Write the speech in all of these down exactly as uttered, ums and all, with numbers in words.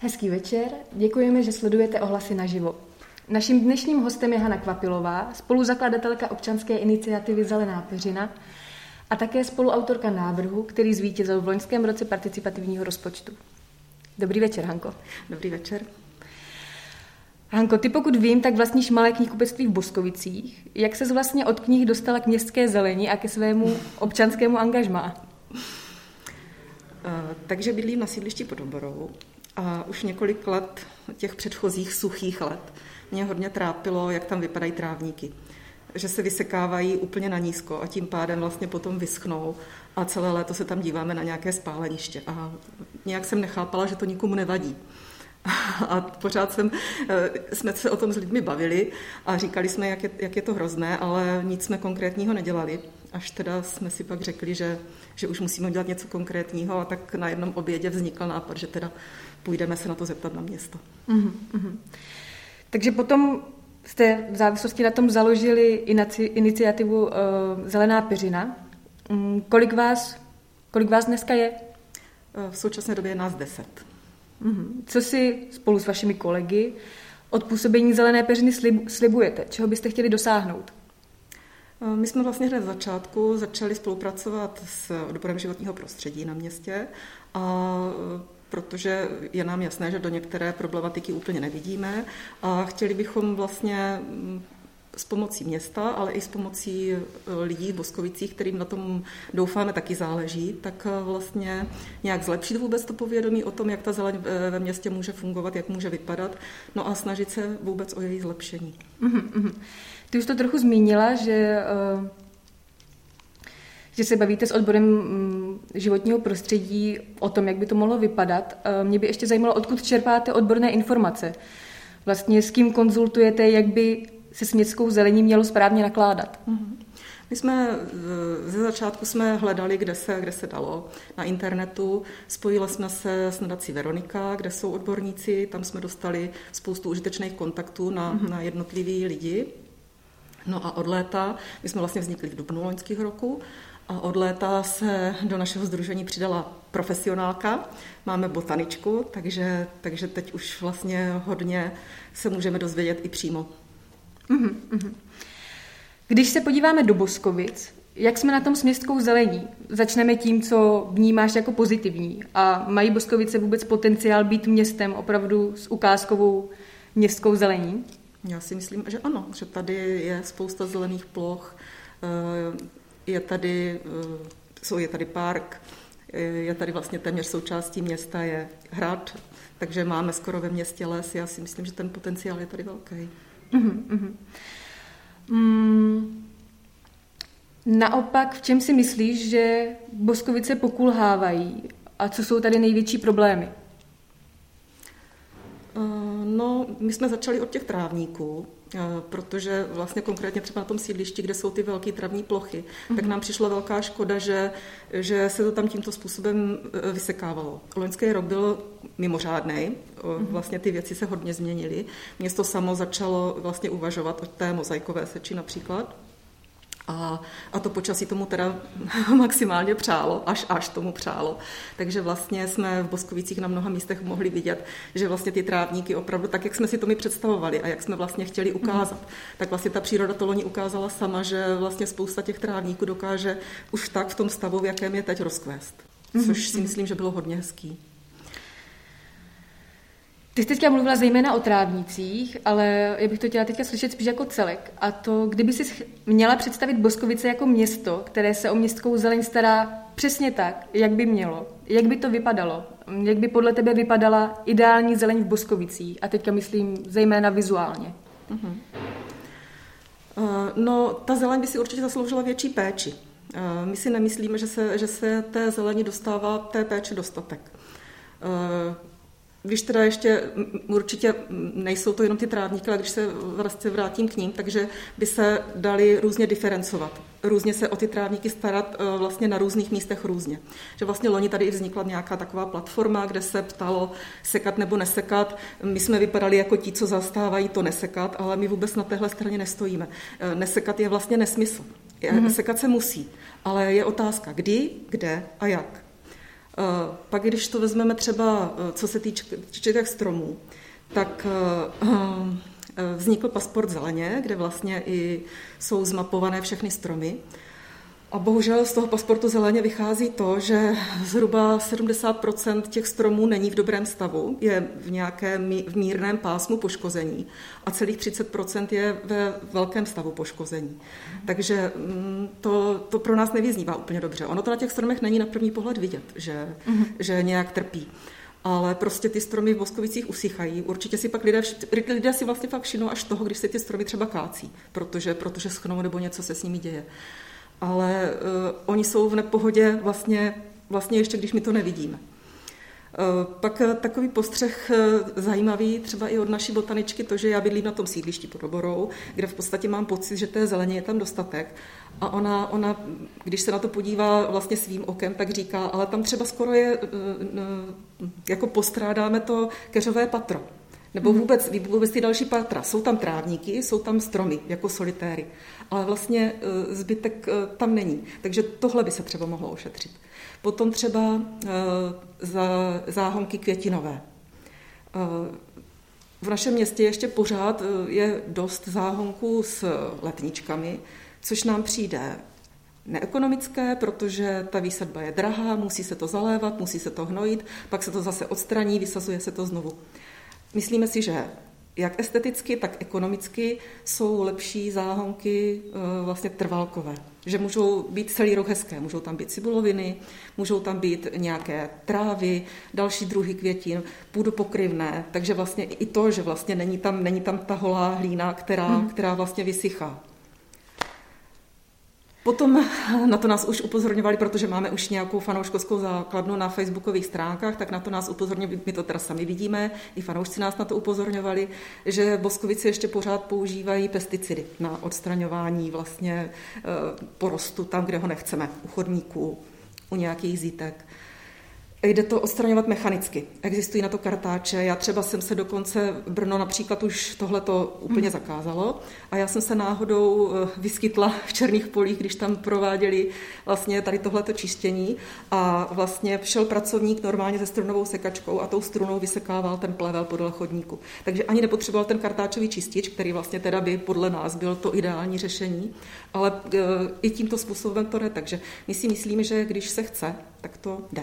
Hezký večer, děkujeme, že sledujete Ohlasy naživo. Naším dnešním hostem je Hana Kvapilová, spoluzakladatelka občanské iniciativy Zelená peřina a také spoluautorka návrhu, který zvítězil v loňském roce participativního rozpočtu. Dobrý večer, Hanko. Dobrý večer. Hanko, ty pokud vím, tak vlastníš malé knihkupectví v Boskovicích. Jak ses vlastně od knih dostala k městské zeleni a ke svému občanskému angažmá? Takže bydlím na sídlišti pod Oborou a už několik let, těch předchozích suchých let, mě hodně trápilo, jak tam vypadají trávníky. Že se vysekávají úplně na nízko a tím pádem vlastně potom vyschnou a celé léto se tam díváme na nějaké spáleniště. A nějak jsem nechápala, že to nikomu nevadí. A pořád jsem, jsme se o tom s lidmi bavili a říkali jsme, jak je, jak je to hrozné, ale nic jsme konkrétního nedělali. Až teda jsme si pak řekli, že, že už musíme dělat něco konkrétního a tak na jednom obědě vznikl nápad, že teda půjdeme se na to zeptat na město. Mm-hmm, mm-hmm. Takže potom jste v závislosti na tom založili iniciativu uh, Zelená peřina. Um, kolik vás, kolik vás dneska je? V současné době je nás deset. Mm-hmm. Co si spolu s vašimi kolegy od působení Zelené peřiny slib, slibujete? Čeho byste chtěli dosáhnout? My jsme vlastně hned v začátku začali spolupracovat s odborem životního prostředí na městě, a protože je nám jasné, že do některé problematiky úplně nevidíme a chtěli bychom vlastně s pomocí města, ale i s pomocí lidí v Boskovicích, kterým na tom doufáme taky záleží, tak vlastně nějak zlepšit vůbec to povědomí o tom, jak ta zeleň ve městě může fungovat, jak může vypadat, no a snažit se vůbec o její zlepšení. Mm-hmm. Ty už to trochu zmínila, že, že se bavíte s odborem životního prostředí o tom, jak by to mohlo vypadat. Mě by ještě zajímalo, odkud čerpáte odborné informace. Vlastně s kým konzultujete, jak by se s městskou zelení mělo správně nakládat. My jsme ze začátku jsme hledali, kde se, kde se dalo na internetu. Spojili jsme se s nadací Veronika, kde jsou odborníci. Tam jsme dostali spoustu užitečných kontaktů na, mm-hmm. na jednotlivý lidi. No a od léta, my jsme vlastně vznikli v dubnu loňského roku, a od léta se do našeho sdružení přidala profesionálka. Máme botaničku, takže, takže teď už vlastně hodně se můžeme dozvědět i přímo. Mm-hmm. Když se podíváme do Boskovic, jak jsme na tom s městskou zelení? Začneme tím, co vnímáš jako pozitivní. A mají Boskovice vůbec potenciál být městem opravdu s ukázkovou městskou zelení? Já si myslím, že ano, že tady je spousta zelených ploch, je tady, je tady park, je tady vlastně téměř součástí města, je hrad, takže máme skoro ve městě les. Já si myslím, že ten potenciál je tady velký. Mm-hmm. Mm, naopak, v čem si myslíš, že Boskovice pokulhávají a co jsou tady největší problémy? No, my jsme začali od těch trávníků, protože vlastně konkrétně třeba na tom sídlišti, kde jsou ty velké travní plochy, mm-hmm. tak nám přišla velká škoda, že, že se to tam tímto způsobem vysekávalo. Loňský rok byl mimořádný, mm-hmm. vlastně ty věci se hodně změnily. Město samo začalo vlastně uvažovat o té mozaikové seči například. A, a to počasí tomu teda maximálně přálo, až až tomu přálo. Takže vlastně jsme v Boskovicích na mnoha místech mohli vidět, že vlastně ty trávníky opravdu tak, jak jsme si to my představovali a jak jsme vlastně chtěli ukázat, mm. tak vlastně ta příroda to loni ukázala sama, že vlastně spousta těch trávníků dokáže už tak v tom stavu, v jakém je teď, rozkvést. Což mm. si myslím, že bylo hodně hezký. Ty jsi teďka mluvila zejména o trávnicích, ale já bych to chtěla teďka slyšet spíš jako celek. A to, kdyby jsi měla představit Boskovice jako město, které se o městskou zeleň stará přesně tak, jak by mělo, jak by to vypadalo, jak by podle tebe vypadala ideální zeleň v Boskovicích, a teďka myslím zejména vizuálně. Uh-huh. Uh, no, ta zeleň by si určitě zasloužila větší péči. Uh, my si nemyslíme, že se, že se té zeleni dostává té péče dostatek. Uh, Když teda ještě určitě nejsou to jenom ty trávníky, ale když se vlastně vrátím k ním, takže by se dali různě diferencovat. Různě se o ty trávníky starat vlastně na různých místech různě. Že vlastně loni tady vznikla nějaká taková platforma, kde se ptalo sekat nebo nesekat. My jsme vypadali jako ti, co zastávají to nesekat, ale my vůbec na téhle straně nestojíme. Nesekat je vlastně nesmysl. Mm-hmm. Sekat se musí, ale je otázka kdy, kde a jak. Pak, když to vezmeme třeba, co se týče těch stromů, tak vznikl pasport zeleně, kde vlastně i jsou zmapované všechny stromy. A bohužel z toho pasportu zeleně vychází to, že zhruba sedmdesát procent těch stromů není v dobrém stavu, je v nějakém v mírném pásmu poškození a celých třicet procent je ve velkém stavu poškození. Takže to, to pro nás nevyznívá úplně dobře. Ono to na těch stromech není na první pohled vidět, že, mm-hmm. že nějak trpí. Ale prostě ty stromy v Boskovicích usychají. Určitě si pak lidé, lidé si vlastně fakt všimnou až toho, když se ty stromy třeba kácí, protože, protože schnou nebo něco se s nimi děje. Ale uh, oni jsou v nepohodě vlastně, vlastně ještě, když my to nevidíme. Uh, pak uh, takový postřeh uh, zajímavý, třeba i od naší botaničky, to, že já bydlím na tom sídlišti pod Oborou, kde v podstatě mám pocit, že té zeleně je tam dostatek. A ona, ona, když se na to podívá vlastně svým okem, tak říká, ale tam třeba skoro je, uh, uh, jako postrádáme to keřové patro. Nebo vůbec, vůbec ty další patra. Jsou tam trávníky, jsou tam stromy, jako solitéry. Ale vlastně zbytek tam není. Takže tohle by se třeba mohlo ošetřit. Potom třeba záhonky květinové. V našem městě ještě pořád je dost záhonků s letničkami, což nám přijde neekonomické, protože ta výsadba je drahá, musí se to zalévat, musí se to hnojit, pak se to zase odstraní, vysazuje se to znovu. Myslíme si, že jak esteticky, tak ekonomicky jsou lepší záhonky vlastně trvalkové. Že můžou být celý rok hezké, můžou tam být cibuloviny, můžou tam být nějaké trávy, další druhy květin, půdopokryvné, takže vlastně i to, že vlastně není tam, není tam ta holá hlína, která, hmm. která vlastně vysychá. Potom na to nás už upozorňovali, protože máme už nějakou fanouškovskou základnu na facebookových stránkách, tak na to nás upozorňovali, my to teda sami vidíme, i fanoušci nás na to upozorňovali, že Boskovice ještě pořád používají pesticidy na odstraňování vlastně porostu tam, kde ho nechceme, u chodníků, u nějakých zítek. Jde to odstraňovat mechanicky. Existují na to kartáče. Já třeba jsem se dokonce, Brno například už tohleto úplně zakázalo a já jsem se náhodou vyskytla v Černých polích, když tam prováděli vlastně tady tohleto čištění a vlastně šel pracovník normálně se strunovou sekačkou a tou strunou vysekával ten plevel podle chodníku. Takže ani nepotřeboval ten kartáčový čistič, který vlastně teda by podle nás byl to ideální řešení, ale i tímto způsobem to jde. Takže my si myslíme, že když se chce, tak to jde.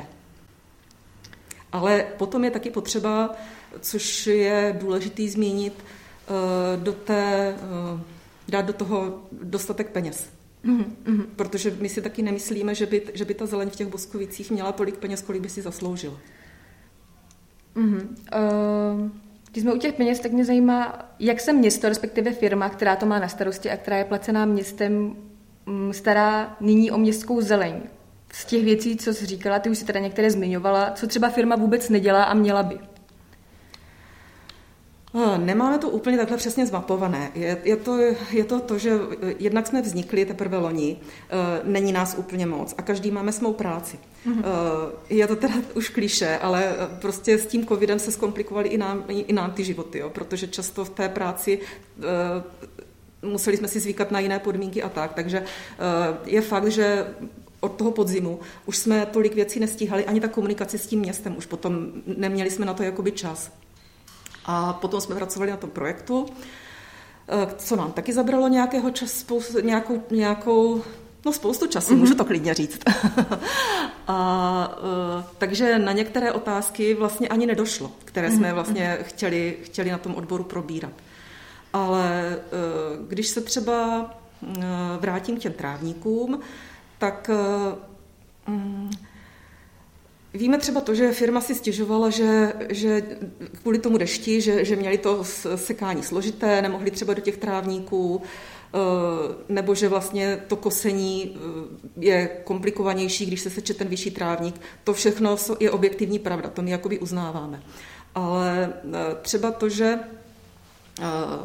Ale potom je taky potřeba, což je důležitý zmínit, do té, dát do toho dostatek peněz. Mm-hmm. Protože my si taky nemyslíme, že by, že by ta zeleň v těch Boskovicích měla tolik peněz, kolik by si zasloužila. Mm-hmm. Uh, když jsme u těch peněz, tak mě zajímá, jak se město, respektive firma, která to má na starosti a která je placená městem, stará nyní o městskou zeleň. Z těch věcí, co jsi říkala, ty už si teda některé zmiňovala, co třeba firma vůbec nedělá a měla by? Nemáme to úplně takhle přesně zmapované. Je, je, to, je to to, že jednak jsme vznikli teprve loni, není nás úplně moc a každý máme svou práci. Mm-hmm. Je to teda už klišé, ale prostě s tím covidem se zkomplikovaly i nám, i nám ty životy, jo, protože často v té práci museli jsme si zvykat na jiné podmínky a tak, takže je fakt, že od toho podzimu už jsme tolik věcí nestíhali, ani ta komunikace s tím městem, už potom neměli jsme na to jakoby čas. A potom jsme pracovali na tom projektu, co nám taky zabralo nějakého času, nějakou, nějakou, no spoustu času, mm-hmm. můžu to klidně říct. A, takže na některé otázky vlastně ani nedošlo, které jsme mm-hmm. vlastně chtěli, chtěli na tom odboru probírat. Ale když se třeba vrátím k těm trávníkům, tak um, víme třeba to, že firma si stěžovala, že, že kvůli tomu dešti, že, že měli to sekání složité, nemohli třeba do těch trávníků, uh, nebo že vlastně to kosení je komplikovanější, když se seče ten vyšší trávník. To všechno je objektivní pravda, to my jakoby uznáváme. Ale uh, třeba to, že uh,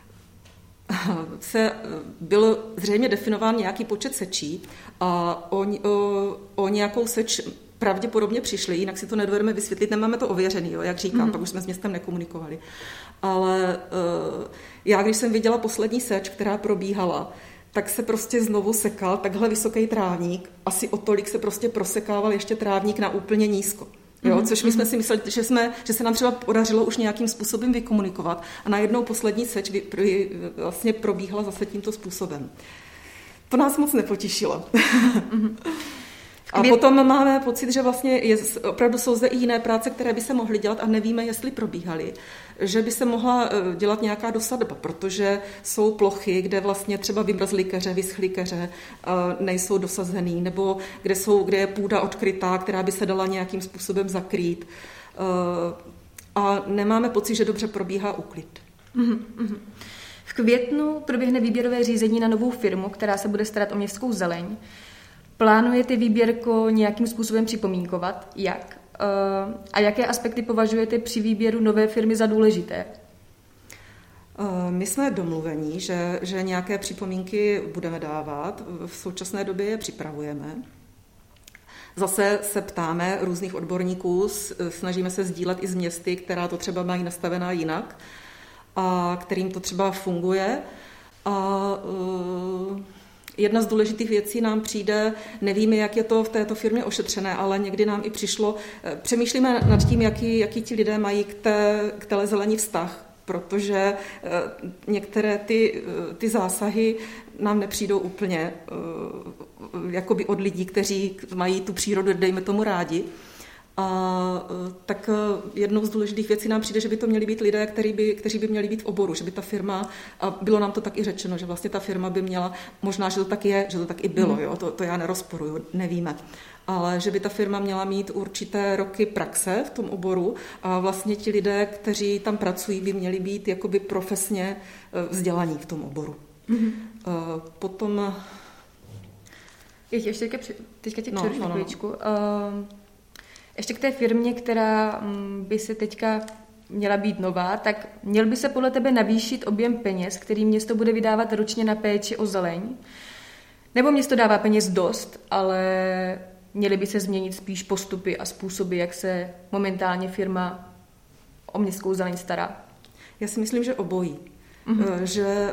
se byl zřejmě definován nějaký počet sečí a o, o, o nějakou seč pravděpodobně přišli, jinak si to nedovedeme vysvětlit, nemáme to ověřený, jo, jak říkám, mm. pak už jsme s městem nekomunikovali. Ale uh, já, když jsem viděla poslední seč, která probíhala, tak se prostě znovu sekal takhle vysoký trávník. Asi o tolik se prostě prosekával ještě trávník na úplně nízko. Jo, což my jsme si mysleli, že, jsme, že se nám třeba podařilo už nějakým způsobem vykomunikovat a najednou poslední seč vy, vy, vlastně probíhala zase tímto způsobem. To nás moc nepotěšilo. A potom máme pocit, že vlastně je, opravdu jsou zde i jiné práce, které by se mohly dělat a nevíme, jestli probíhaly. Že by se mohla dělat nějaká dosadba, protože jsou plochy, kde vlastně třeba vymrzlý keře, vyschlý keře nejsou dosazený, nebo kde, jsou, kde je půda odkrytá, která by se dala nějakým způsobem zakrýt. A nemáme pocit, že dobře probíhá úklid. Mm-hmm. V květnu proběhne výběrové řízení na novou firmu, která se bude starat o městskou zeleň. Plánujete výběrko nějakým způsobem připomínkovat? Jak? A jaké aspekty považujete při výběru nové firmy za důležité? My jsme domluveni, že, že nějaké připomínky budeme dávat. V současné době je připravujeme. Zase se ptáme různých odborníků, snažíme se sdílet i s městy, která to třeba mají nastavená jinak a kterým to třeba funguje. A uh, jedna z důležitých věcí nám přijde, nevíme, jak je to v této firmě ošetřené, ale někdy nám i přišlo, přemýšlíme nad tím, jaký, jaký ti lidé mají k té, k té zelení vztah, protože některé ty, ty zásahy nám nepřijdou úplně jakoby od lidí, kteří mají tu přírodu, dejme tomu, rádi. A tak jednou z důležitých věcí nám přijde, že by to měli být lidé, kteří by, kteří by měli být v oboru, že by ta firma, a bylo nám to tak i řečeno, že vlastně ta firma by měla, možná, že to tak je, že to tak i bylo, jo, to, to já nerozporuju, nevíme, ale že by ta firma měla mít určité roky praxe v tom oboru a vlastně ti lidé, kteří tam pracují, by měli být jakoby profesně vzdělaní v tom oboru. Mm-hmm. Potom... Ještě teďka tě přerušu no, no, chvíličku. No. Uh... Ještě k té firmě, která by se teďka měla být nová, tak měl by se podle tebe navýšit objem peněz, který město bude vydávat ročně na péči o zeleň? Nebo město dává peněz dost, ale měly by se změnit spíš postupy a způsoby, jak se momentálně firma o městskou zeleň stará? Já si myslím, že obojí. Mm-hmm. Že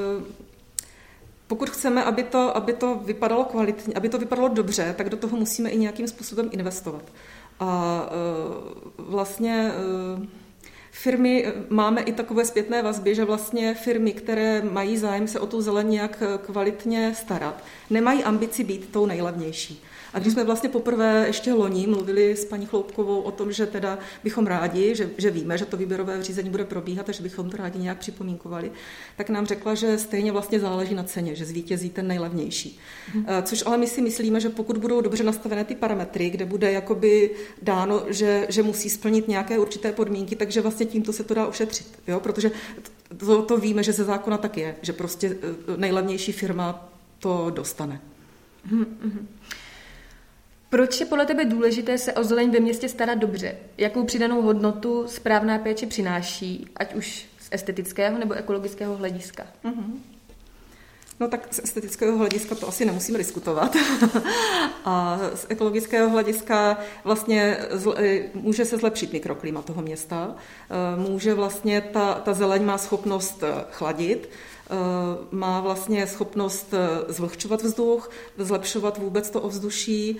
pokud chceme, aby to, aby to vypadalo kvalitně, aby to vypadalo dobře, tak do toho musíme i nějakým způsobem investovat. A vlastně firmy, máme i takové zpětné vazby, že vlastně firmy, které mají zájem se o tu zeleň nějak kvalitně starat, nemají ambici být tou nejlevnější. A když jsme vlastně poprvé ještě loni mluvili s paní Chloupkovou o tom, že teda bychom rádi, že, že víme, že to výběrové řízení bude probíhat a že bychom to rádi nějak připomínkovali, tak nám řekla, že stejně vlastně záleží na ceně, že zvítězí ten nejlevnější. Hmm. Což ale my si myslíme, že pokud budou dobře nastavené ty parametry, kde bude jakoby dáno, že, že musí splnit nějaké určité podmínky, takže vlastně tímto se to dá ošetřit. Jo? Protože to, to víme, že ze zákona tak je, že prostě nejlevnější firma to dostane. Hmm. Proč je podle tebe důležité se o zeleň ve městě starat dobře? Jakou přidanou hodnotu správná péče přináší, ať už z estetického nebo ekologického hlediska? Mm-hmm. No tak z estetického hlediska to asi nemusíme diskutovat. A z ekologického hlediska vlastně může se zlepšit mikroklima toho města. Může vlastně, ta, ta zeleň má schopnost chladit, má vlastně schopnost zvlhčovat vzduch, zlepšovat vůbec to ovzduší.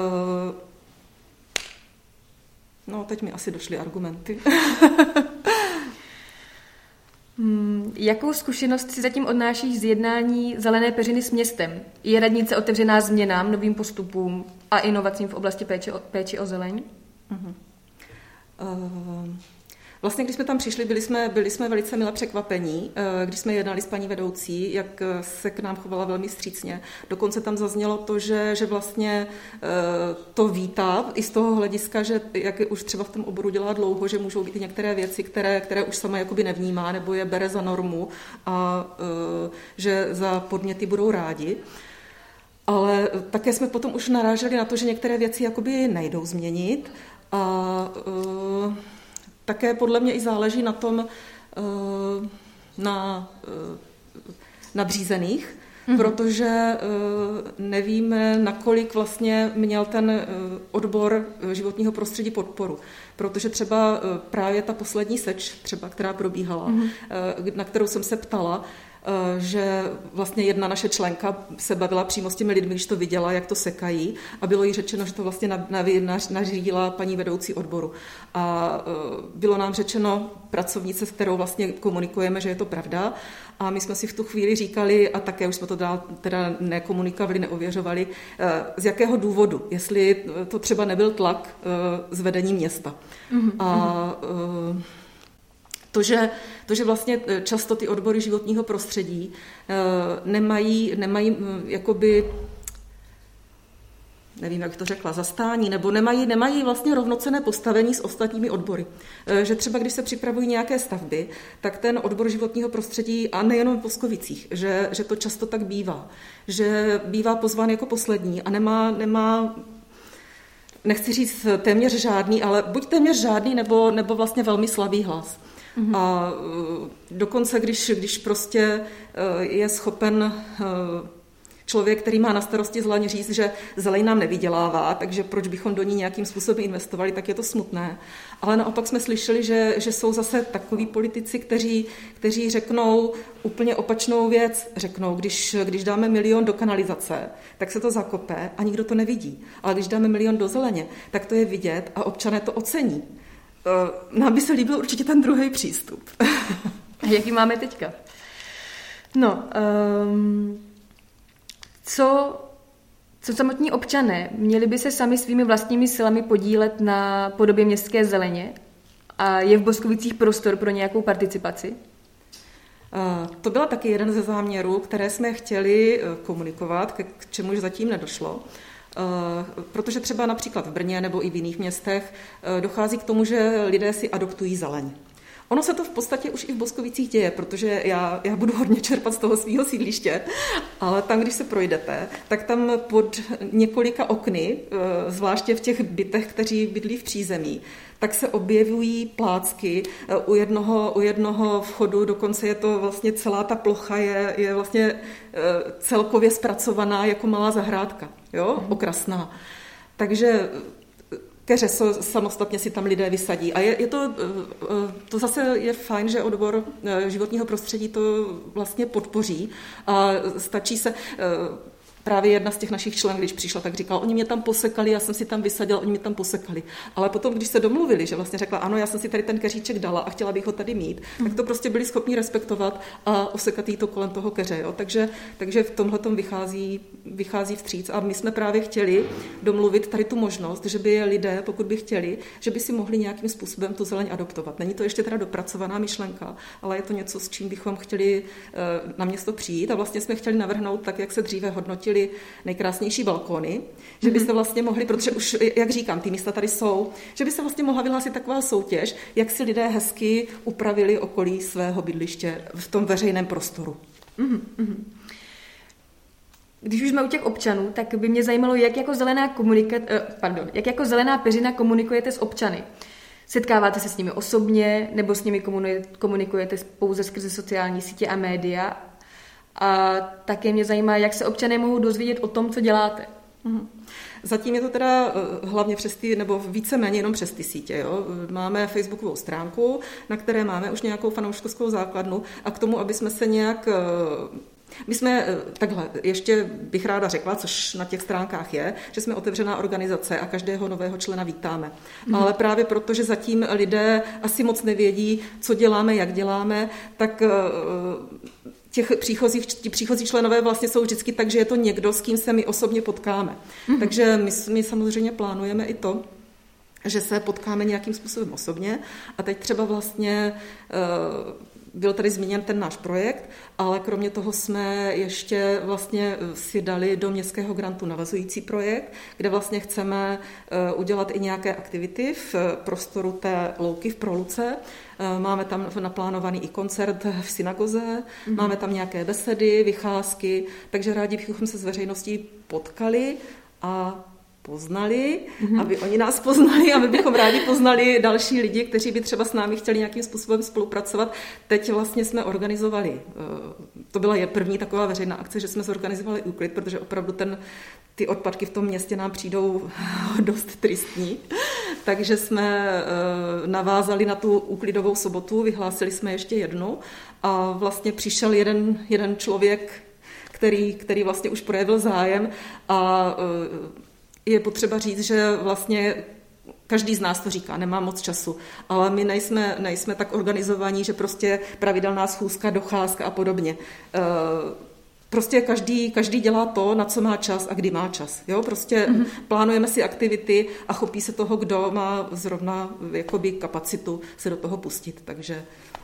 No, teď mi asi došly argumenty. hmm, jakou zkušenost si zatím odnášíš z jednání Zelené peřiny s městem? Je radnice otevřená změnám, novým postupům a inovacím v oblasti péče o, péči o zeleň? Uh-huh. Uh... Vlastně, když jsme tam přišli, byli jsme, byli jsme velice milé překvapení, když jsme jednali s paní vedoucí, jak se k nám chovala velmi vstřícně. Dokonce tam zaznělo to, že, že vlastně to vítá i z toho hlediska, že jak už třeba v tom oboru dělá dlouho, že můžou být některé věci, které, které už sama jakoby nevnímá nebo je bere za normu a že za podněty budou rádi. Ale také jsme potom už naráželi na to, že některé věci jakoby nejdou změnit a také podle mě i záleží na tom, na nadřízených, mm-hmm. protože nevíme, nakolik vlastně měl ten odbor životního prostředí podporu. Protože třeba právě ta poslední seč, třeba, která probíhala, mm-hmm. na kterou jsem se ptala, že vlastně jedna naše členka se bavila přímo s těmi lidmi, když to viděla, jak to sekají, a bylo jí řečeno, že to vlastně nařídila paní vedoucí odboru. A bylo nám řečeno pracovnice, s kterou vlastně komunikujeme, že je to pravda, a my jsme si v tu chvíli říkali, a také už jsme to dál teda nekomunikovali, neověřovali, z jakého důvodu, jestli to třeba nebyl tlak z vedení města. Mm-hmm. A To že, to, že vlastně často ty odbory životního prostředí nemají, nemají jakoby, nevím, jak to řekla, zastání, nebo nemají, nemají vlastně rovnocenné postavení s ostatními odbory. Že třeba, když se připravují nějaké stavby, tak ten odbor životního prostředí, a nejenom v Boskovicích, že, že to často tak bývá, že bývá pozván jako poslední a nemá, nemá nechci říct téměř žádný, ale buď téměř žádný, nebo, nebo vlastně velmi slabý hlas. Mm-hmm. A dokonce, když, když prostě je schopen člověk, který má na starosti zeleň, říct, že zeleň nám nevydělává, takže proč bychom do ní nějakým způsobem investovali, tak je to smutné. Ale naopak jsme slyšeli, že, že jsou zase takoví politici, kteří, kteří řeknou úplně opačnou věc. Řeknou, když, když dáme milion do kanalizace, tak se to zakope a nikdo to nevidí. Ale když dáme milion do zeleně, tak to je vidět a občané to ocení. Nám by se líbil určitě ten druhý přístup. A jaký máme teďka? No, um, co, co samotní občané? Měli by se sami svými vlastními silami podílet na podobě městské zeleně? A je v Boskovicích prostor pro nějakou participaci? To byla taky jeden ze záměrů, které jsme chtěli komunikovat, k čemuž zatím nedošlo. Protože třeba například v Brně nebo i v jiných městech dochází k tomu, že lidé si adoptují zeleň. Ono se to v podstatě už i v Boskovicích děje, protože já, já budu hodně čerpat z toho svého sídliště, ale tam, když se projdete, tak tam pod několika okny, zvláště v těch bytech, kteří bydlí v přízemí, tak se objevují plácky. U jednoho, u jednoho vchodu dokonce je to vlastně celá ta plocha je, je vlastně celkově zpracovaná jako malá zahrádka, jo, okrasná. Takže keře samostatně si tam lidé vysadí. A je, je to, to zase je fajn, že odbor životního prostředí to vlastně podpoří a stačí se. Právě jedna z těch našich členů, když přišla, tak říkala, oni mě tam posekali, já jsem si tam vysadila, oni mě tam posekali. Ale potom, když se domluvili, že vlastně řekla, ano, já jsem si tady ten keříček dala a chtěla bych ho tady mít, mm. tak to prostě byli schopni respektovat a osekat jí to kolem toho keře. Jo? Takže, takže v tomhletom vychází, vychází vstříc. A my jsme právě chtěli domluvit tady tu možnost, že by je lidé, pokud by chtěli, že by si mohli nějakým způsobem tu zeleň adoptovat. Není to ještě teda dopracovaná myšlenka, ale je to něco, s čím bychom chtěli na město přijít a vlastně jsme chtěli navrhnout, tak jak se dříve hodnotili nejkrásnější balkóny, že by se vlastně mohli, protože už, jak říkám, ty místa tady jsou, že by se vlastně mohla vyhlásit taková soutěž, jak si lidé hezky upravili okolí svého bydliště v tom veřejném prostoru. Mm-hmm. Když už jsme u těch občanů, tak by mě zajímalo, jak jako zelená komunika- pardon, jak jako zelená peřina komunikujete s občany. Setkáváte se s nimi osobně, nebo s nimi komunikujete pouze skrze sociální sítě a média? A také mě zajímá, jak se občané mohou dozvědět o tom, co děláte. Mhm. Zatím je to teda hlavně přes ty, nebo víceméně jenom přes ty sítě. Jo. Máme facebookovou stránku, na které máme už nějakou fanouškovskou základnu a k tomu, aby jsme se nějak... My jsme, takhle, ještě bych ráda řekla, což na těch stránkách je, že jsme otevřená organizace a každého nového člena vítáme. Mm. Ale právě proto, že zatím lidé asi moc nevědí, co děláme, jak děláme, tak... Těch příchozích, ti příchozí členové vlastně jsou vždycky tak, že je to někdo, s kým se my osobně potkáme. Mm-hmm. Takže my, my samozřejmě plánujeme i to, že se potkáme nějakým způsobem osobně. A teď třeba vlastně byl tady zmíněn ten náš projekt, ale kromě toho jsme ještě vlastně si dali do městského grantu navazující projekt, kde vlastně chceme udělat i nějaké aktivity v prostoru té louky v Proluce. Máme tam naplánovaný i koncert v synagoze, mm-hmm. máme tam nějaké besedy, vycházky, takže rádi bychom se s veřejností potkali a poznali, mm-hmm. aby oni nás poznali a my bychom rádi poznali další lidi, kteří by třeba s námi chtěli nějakým způsobem spolupracovat. Teď vlastně jsme organizovali, to byla je první taková veřejná akce, že jsme zorganizovali úklid, protože opravdu ten, ty odpadky v tom městě nám přijdou dost tristní. takže jsme navázali na tu úklidovou sobotu, vyhlásili jsme ještě jednu a vlastně přišel jeden, jeden člověk, který, který vlastně už projevil zájem a je potřeba říct, že vlastně každý z nás to říká, nemá moc času, ale my nejsme, nejsme tak organizovaní, že prostě pravidelná schůzka, docházka a podobně. Prostě každý, každý dělá to, na co má čas a kdy má čas. Jo? Prostě mm-hmm. plánujeme si aktivity a chopí se toho, kdo má zrovna jakoby kapacitu se do toho pustit. Takže...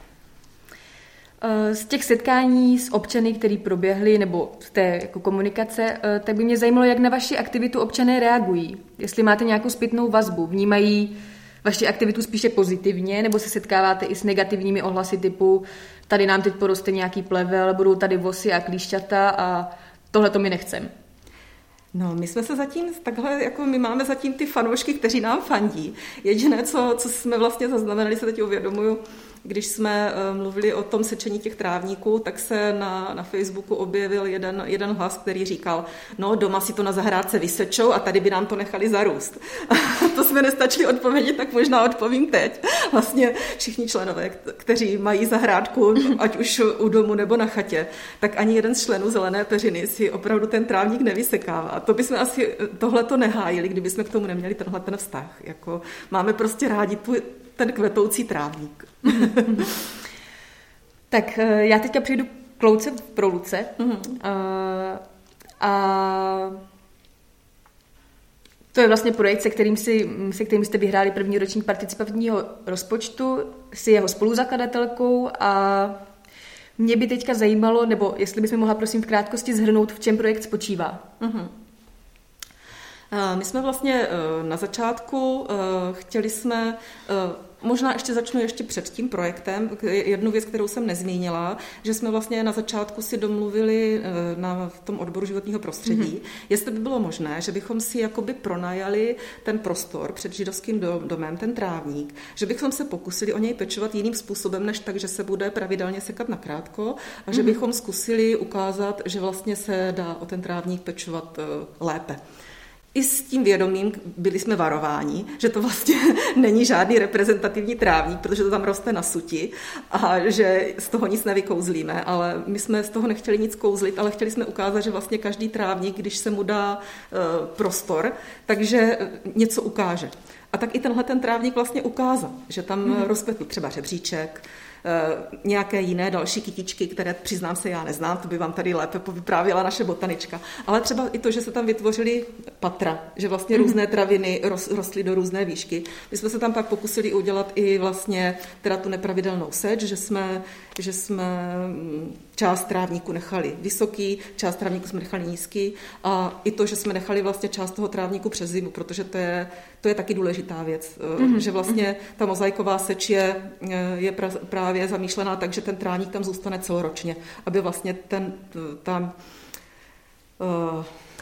Z těch setkání s občany, které proběhly, nebo z té jako komunikace, tak by mě zajímalo, jak na vaši aktivitu občané reagují. Jestli máte nějakou zpětnou vazbu, vnímají vaši aktivitu spíše pozitivně, nebo se setkáváte i s negativními ohlasy typu tady nám teď poroste nějaký plevel, budou tady vosy a klíšťata a tohle to my nechcem. No, my jsme se zatím takhle, jako my máme zatím ty fanoušky, kteří nám fandí. Jediné, co, co jsme vlastně zaznamenali, se teď uvědomuju, když jsme uh, mluvili o tom sečení těch trávníků, tak se na, na Facebooku objevil jeden, jeden hlas, který říkal, no doma si to na zahrádce vysečou a tady by nám to nechali zarůst. A to jsme nestačili odpovědět, tak možná odpovím teď. Vlastně všichni členové, kteří mají zahrádku, ať už u domu nebo na chatě, tak ani jeden z členů Zelené peřiny si opravdu ten trávník nevysekává. A to bychom asi tohleto nehájili, kdybychom k tomu neměli tenhle ten vztah. Jako, máme prostě rádi tu, ten kvetoucí trávník. Tak já teďka přijdu k louce pro Luce. Mm-hmm. A, a to je vlastně projekt, se kterým, si, se kterým jste vyhráli první ročník participativního rozpočtu, si jeho spoluzakladatelkou a mě by teďka zajímalo, nebo jestli bychom mohla prosím v krátkosti shrnout, v čem projekt spočívá. Mm-hmm. My jsme vlastně na začátku chtěli jsme, možná ještě začnu ještě před tím projektem, jednu věc, kterou jsem nezmínila, že jsme vlastně na začátku si domluvili na v tom odboru životního prostředí, mm-hmm. jestli by bylo možné, že bychom si jakoby pronajali ten prostor před židovským domem, ten trávník, že bychom se pokusili o něj pečovat jiným způsobem, než tak, že se bude pravidelně sekat nakrátko a že mm-hmm. bychom zkusili ukázat, že vlastně se dá o ten trávník pečovat lépe. I s tím vědomím byli jsme varováni, že to vlastně není žádný reprezentativní trávník, protože to tam roste na suti a že z toho nic nevykouzlíme, ale my jsme z toho nechtěli nic kouzlit, ale chtěli jsme ukázat, že vlastně každý trávník, když se mu dá uh, prostor, takže něco ukáže. A tak i tenhle ten trávník vlastně ukázal, že tam mm. rozkvetl třeba řebříček, nějaké jiné další kytičky, které přiznám se já neznám, to by vám tady lépe povyprávěla naše botanička. Ale třeba i to, že se tam vytvořily patra, že vlastně různé traviny rostly do různé výšky. My jsme se tam pak pokusili udělat i vlastně teda tu nepravidelnou seč, že jsme, že jsme část trávníku nechali vysoký, část trávníku jsme nechali nízký a i to, že jsme nechali vlastně část toho trávníku přes zimu, protože to je, to je taky důležitá věc, mm-hmm. že vlastně ta mozaiková seč je, je pra, právě zamýšlená tak, že ten trávník tam zůstane celoročně, aby vlastně ten tam uh,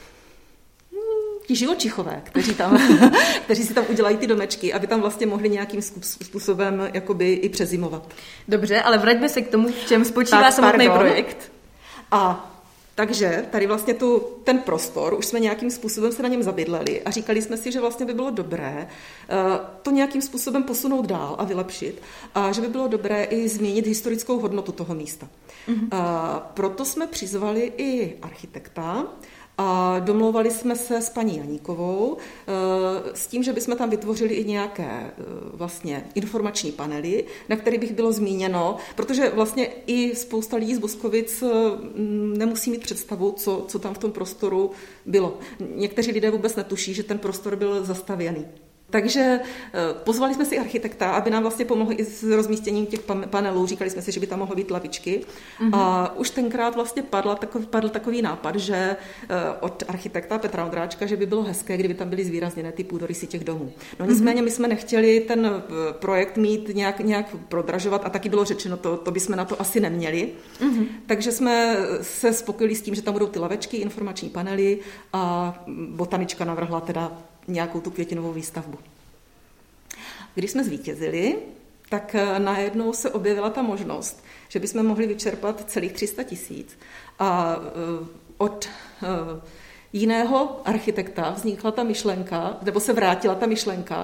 ti živočichové, kteří, tam, kteří si tam udělají ty domečky, aby tam vlastně mohli nějakým způsobem jakoby i přezimovat. Dobře, ale vraťme se k tomu, v čem spočívá tak, samotný pardon. projekt. A takže tady vlastně tu, ten prostor, už jsme nějakým způsobem se na něm zabydleli a říkali jsme si, že vlastně by bylo dobré to nějakým způsobem posunout dál a vylepšit a že by bylo dobré i změnit historickou hodnotu toho místa. Mm-hmm. A proto jsme přizvali i architekta, a domlouvali jsme se s paní Janíkovou s tím, že bychom tam vytvořili i nějaké vlastně informační panely, na kterých bych bylo zmíněno, protože vlastně i spousta lidí z Boskovic nemusí mít představu, co, co tam v tom prostoru bylo. Někteří lidé vůbec netuší, že ten prostor byl zastavěný. Takže pozvali jsme si architekta, aby nám vlastně pomohl i s rozmístěním těch panelů. Říkali jsme si, že by tam mohly být lavičky. Mm-hmm. A už tenkrát vlastně padl takový, padl takový nápad, že od architekta Petra Ondráčka, že by bylo hezké, kdyby tam byly zvýrazněné ty půdorysy těch domů. No nicméně my jsme nechtěli ten projekt mít nějak, nějak prodražovat a taky bylo řečeno, to, to bychom na to asi neměli. Mm-hmm. Takže jsme se spokojili s tím, že tam budou ty lavečky, informační panely a botanička navrhla teda nějakou tu květinovou výstavbu. Když jsme zvítězili, tak najednou se objevila ta možnost, že bychom mohli vyčerpat celých tři sta tisíc. A od jiného architekta vznikla ta myšlenka, nebo se vrátila ta myšlenka,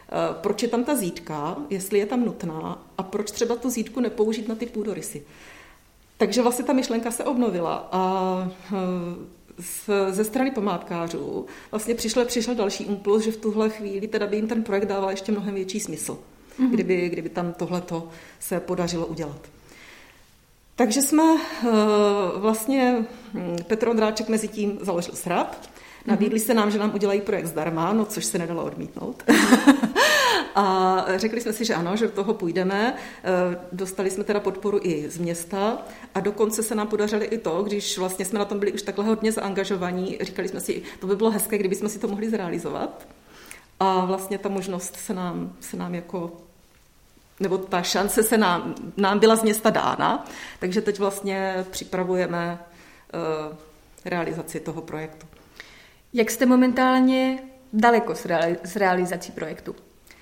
proč je tam ta zídka, jestli je tam nutná a proč třeba tu zídku nepoužít na ty půdorysy. Takže vlastně ta myšlenka se obnovila a ze strany památkářů vlastně přišel, přišel další impuls, že v tuhle chvíli teda by jim ten projekt dával ještě mnohem větší smysl, mm-hmm. kdyby, kdyby tam tohleto se podařilo udělat. Takže jsme vlastně, Petr Ondráček mezi tím založil S R A P, nabídli se nám, že nám udělají projekt zdarma, no což se nedalo odmítnout. A řekli jsme si, že ano, že do toho půjdeme. Dostali jsme teda podporu i z města a dokonce se nám podařilo i to, když vlastně jsme na tom byli už takhle hodně zaangažovaní, říkali jsme si, to by bylo hezké, kdyby jsme si to mohli zrealizovat. A vlastně ta možnost se nám, se nám jako, nebo ta šance se nám, nám byla z města dána, takže teď vlastně připravujeme uh, realizaci toho projektu. Jak jste momentálně daleko s, reali- s realizací projektu?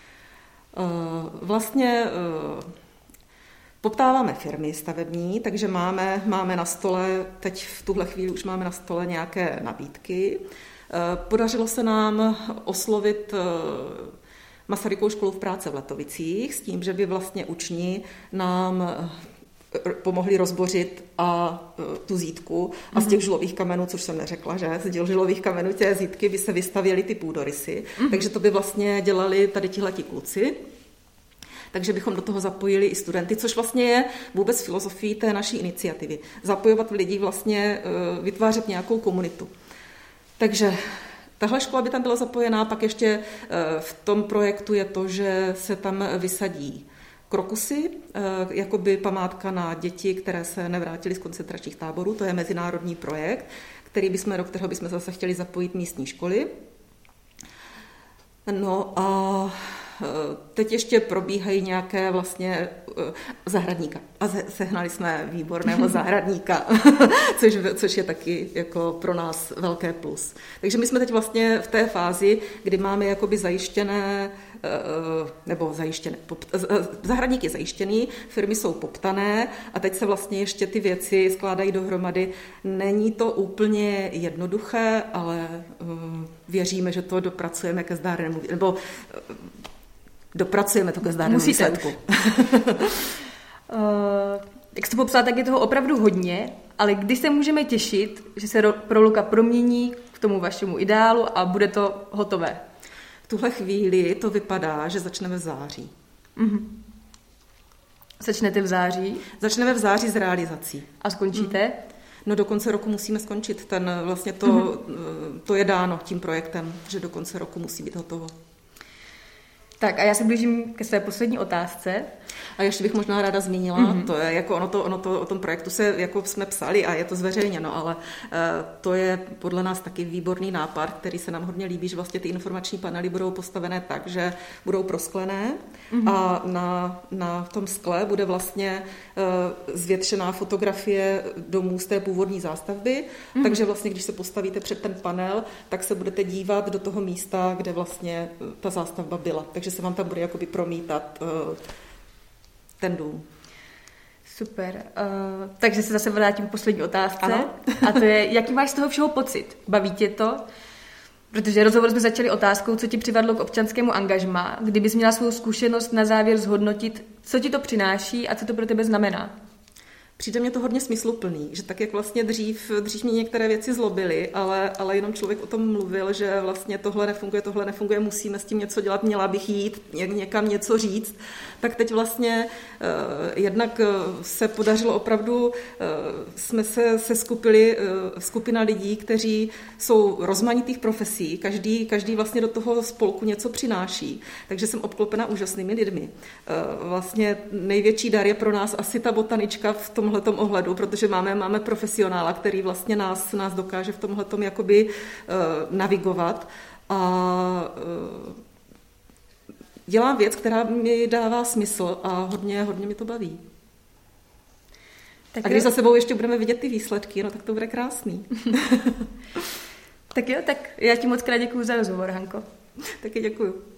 Vlastně poptáváme firmy stavební, takže máme, máme na stole, teď v tuhle chvíli už máme na stole nějaké nabídky. Podařilo se nám oslovit Masarykovu školu v práce v Letovicích s tím, že by vlastně uční nám pomohli rozbořit a tu zítku a z těch žulových kamenů, což jsem neřekla, že z těch žulových kamenů té zítky by se vystavěly ty půdorysy, mm. takže to by vlastně dělali tady tihleti kluci. Takže bychom do toho zapojili i studenty, což vlastně je vůbec filozofií té naší iniciativy. Zapojovat lidi, vlastně vytvářet nějakou komunitu. Takže tahle škola by tam byla zapojená, pak ještě v tom projektu je to, že se tam vysadí krokusy, jakoby památka na děti, které se nevrátily z koncentračních táborů. To je mezinárodní projekt, který bychom, do kterého bychom zase chtěli zapojit místní školy. No a teď ještě probíhají nějaké vlastně zahradníka. A sehnali jsme výborného zahradníka, což, což je taky jako pro nás velké plus. Takže my jsme teď vlastně v té fázi, kdy máme jakoby zajištěné, nebo zajištěné, zahradník je zajištěný, firmy jsou poptané a teď se vlastně ještě ty věci skládají dohromady. Není to úplně jednoduché, ale věříme, že to dopracujeme ke zdárnému, nebo dopracujeme to ke zdárnému výsledku. Uh, jak jste popsala, tak je toho opravdu hodně, ale kdy se můžeme těšit, že se Proluka promění k tomu vašemu ideálu a bude to hotové? V tuhle chvíli to vypadá, že začneme v září. Uh-huh. Začnete v září? Začneme v září s realizací. A skončíte? Uh-huh. No do konce roku musíme skončit. Ten, vlastně to, uh-huh. to je dáno tím projektem, že do konce roku musí být hotovo. Tak a já se blížím ke své poslední otázce. A ještě bych možná ráda zmínila, mm-hmm. to je jako ono to, ono to, o tom projektu se jako jsme psali a je to zveřejněno, ale uh, to je podle nás taky výborný nápad, který se nám hodně líbí, že vlastně ty informační panely budou postavené tak, že budou prosklené mm-hmm. a na, na tom skle bude vlastně uh, zvětšená fotografie domů z té původní zástavby, mm-hmm. takže vlastně, když se postavíte před ten panel, tak se budete dívat do toho místa, kde vlastně ta zástavba byla. Takže se vám tam bude jakoby promítat uh, ten dům. Super. Uh, takže se zase vrátím k poslední otázce. Ano. A to je, jaký máš z toho všeho pocit? Baví tě to? Protože rozhovor jsme začali otázkou, co ti přivadlo k občanskému angažmá. Kdybys měla svou zkušenost na závěr zhodnotit, co ti to přináší a co to pro tebe znamená? Přijde mě to hodně smysluplný, že tak, jak vlastně dřív, dřív mě některé věci zlobily, ale, ale jenom člověk o tom mluvil, že vlastně tohle nefunguje, tohle nefunguje, musíme s tím něco dělat, měla bych jít někam něco říct, tak teď vlastně eh, jednak se podařilo opravdu, eh, jsme se, se skupili, eh, skupina lidí, kteří jsou rozmanitých profesí, každý, každý vlastně do toho spolku něco přináší, takže jsem obklopena úžasnými lidmi. Eh, vlastně největší dar je pro nás asi ta botanička v tom tomhletom ohledu, protože máme, máme profesionála, který vlastně nás, nás dokáže v tomhletom jakoby uh, navigovat a uh, dělám věc, která mi dává smysl a hodně, hodně mi to baví. Tak a když jo. za sebou ještě budeme vidět ty výsledky, no tak to bude krásný. Tak jo, tak já ti moc krát děkuju za rozhovor, Hanko. Taky děkuju.